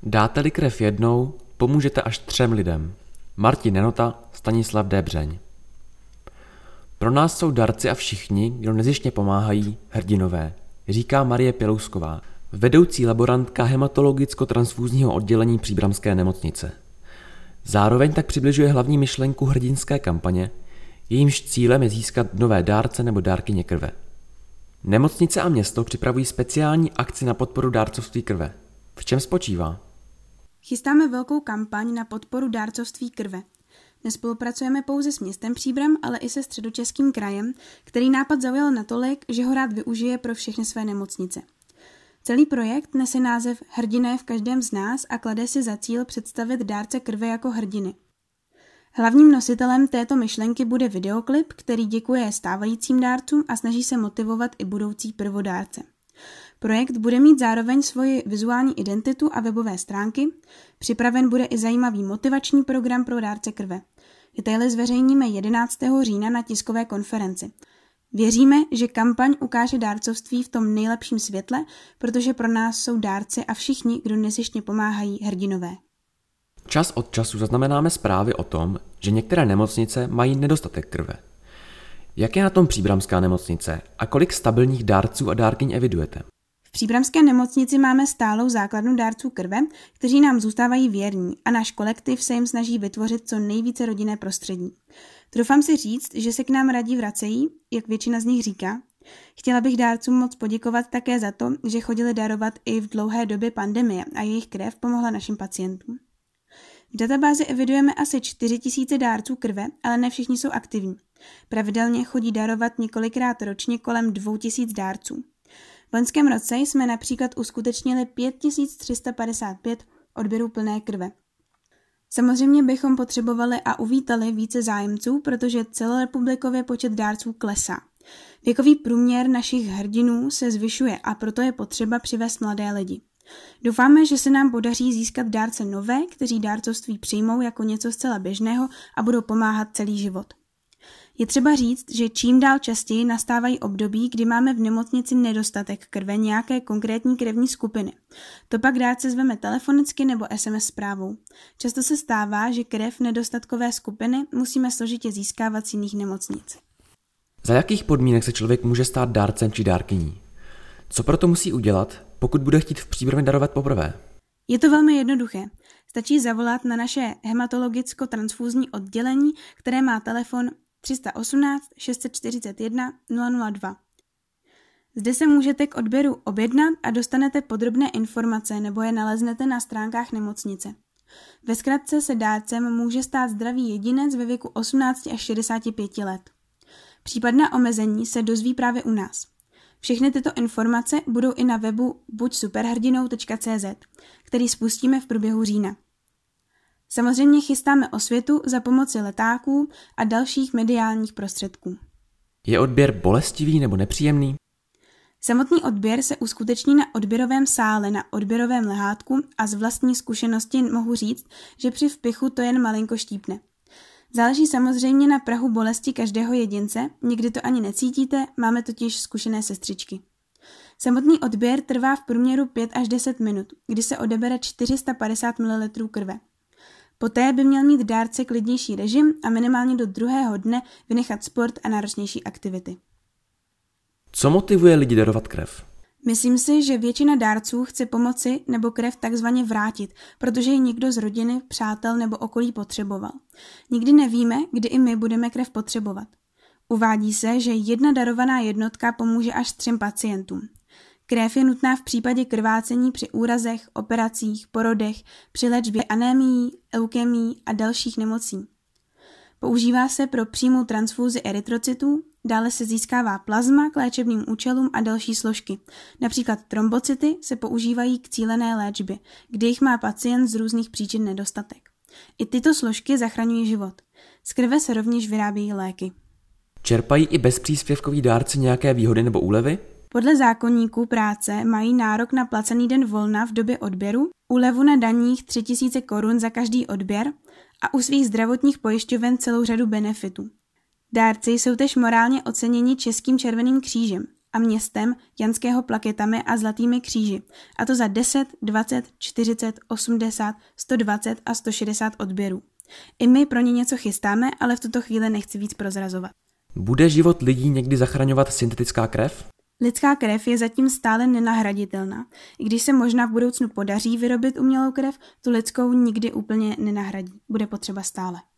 Dáte-li krev jednou, pomůžete až 3 lidem. Martin Nenota, Stanislav Débřeň. Pro nás jsou darci a všichni, kdo nezištně pomáhají, hrdinové, říká Marie Pělousková, vedoucí laborantka hematologicko-transfúzního oddělení Příbramské nemocnice. Zároveň tak přibližuje hlavní myšlenku hrdinské kampaně, jejímž cílem je získat nové dárce nebo dárkyně krve. Nemocnice a město připravují speciální akci na podporu dárcovství krve. V čem spočívá? Chystáme velkou kampaň na podporu dárcovství krve. Nespolupracujeme pouze s městem Příbram, ale i se Středočeským krajem, který nápad zaujal natolik, že ho rád využije pro všechny své nemocnice. Celý projekt nese název Hrdinné v každém z nás a klade si za cíl představit dárce krve jako hrdiny. Hlavním nositelem této myšlenky bude videoklip, který děkuje stávajícím dárcům a snaží se motivovat i budoucí prvodárce. Projekt bude mít zároveň svoji vizuální identitu a webové stránky. Připraven bude i zajímavý motivační program pro dárce krve. Detaily zveřejníme 11. října na tiskové konferenci. Věříme, že kampaň ukáže dárcovství v tom nejlepším světle, protože pro nás jsou dárci a všichni, kdo nezištně pomáhají, hrdinové. Čas od času zaznamenáme zprávy o tom, že některé nemocnice mají nedostatek krve. Jak je na tom Příbramská nemocnice a kolik stabilních dárců a dárkyň evidujete? V Příbramské nemocnici máme stálou základnu dárců krve, kteří nám zůstávají věrní a náš kolektiv se jim snaží vytvořit co nejvíce rodinné prostředí. Troufám si říct, že se k nám rádi vracejí, jak většina z nich říká. Chtěla bych dárcům moc poděkovat také za to, že chodili darovat i v dlouhé době pandemie a jejich krev pomohla našim pacientům. V databázi evidujeme asi 4 000 dárců krve, ale ne všichni jsou aktivní. Pravidelně chodí darovat několikrát ročně kolem 2 000 dárců. V loňském roce jsme například uskutečnili 5355 odběrů plné krve. Samozřejmě bychom potřebovali a uvítali více zájemců, protože celorepublikově počet dárců klesá. Věkový průměr našich hrdinů se zvyšuje a proto je potřeba přivést mladé lidi. Doufáme, že se nám podaří získat dárce nové, kteří dárcovství přijmou jako něco zcela běžného a budou pomáhat celý život. Je třeba říct, že čím dál častěji nastávají období, kdy máme v nemocnici nedostatek krve nějaké konkrétní krevní skupiny. To pak dárce zveme telefonicky nebo SMS zprávou. Často se stává, že krev nedostatkové skupiny musíme složitě získávat z jiných nemocnic. Za jakých podmínek se člověk může stát dárcem či dárkyní? Co proto musí udělat, pokud bude chtít v Příbramě darovat poprvé? Je to velmi jednoduché. Stačí zavolat na naše hematologicko-transfúzní oddělení, které má telefon 318 641 002. Zde se můžete k odběru objednat a dostanete podrobné informace nebo je naleznete na stránkách nemocnice. Ve zkratce se dárcem může stát zdravý jedinec ve věku 18 až 65 let. Případná omezení se dozví právě u nás. Všechny tyto informace budou i na webu buďsuperhrdinou.cz, který spustíme v průběhu října. Samozřejmě chystáme osvětu za pomoci letáků a dalších mediálních prostředků. Je odběr bolestivý nebo nepříjemný? Samotný odběr se uskuteční na odběrovém sále, na odběrovém lehátku a z vlastní zkušenosti mohu říct, že při vpichu to jen malinko štípne. Záleží samozřejmě na prahu bolesti každého jedince, někdy to ani necítíte, máme totiž zkušené sestřičky. Samotný odběr trvá v průměru 5 až 10 minut, kdy se odebere 450 ml krve. Poté by měl mít dárce klidnější režim a minimálně do druhého dne vynechat sport a náročnější aktivity. Co motivuje lidi darovat krev? Myslím si, že většina dárců chce pomoci nebo krev takzvaně vrátit, protože ji někdo z rodiny, přátel nebo okolí potřeboval. Nikdy nevíme, kdy i my budeme krev potřebovat. Uvádí se, že jedna darovaná jednotka pomůže až 3 pacientům. Krev je nutná v případě krvácení při úrazech, operacích, porodech, při léčbě anémií, leukemií a dalších nemocí. Používá se pro přímou transfúzi erytrocytů, dále se získává plazma k léčebným účelům a další složky. Například trombocyty se používají k cílené léčbě, kdy jich má pacient z různých příčin nedostatek. I tyto složky zachraňují život. Z krve se rovněž vyrábějí léky. Čerpají i bezpříspěvkoví dárci nějaké výhody nebo úlevy? Podle zákoníku práce mají nárok na placený den volna v době odběru, úlevu na daních 3 000 korun za každý odběr a u svých zdravotních pojišťoven celou řadu benefitů. Dárci jsou též morálně oceněni Českým červeným křížem. a městem Janského plaketami a zlatými kříži, a to za 10, 20, 40, 80, 120 a 160 odběrů. I my pro ně něco chystáme, ale v tuto chvíli nechci víc prozrazovat. Bude život lidí někdy zachraňovat syntetická krev? Lidská krev je zatím stále nenahraditelná. I když se možná v budoucnu podaří vyrobit umělou krev, tu lidskou nikdy úplně nenahradí. Bude potřeba stále.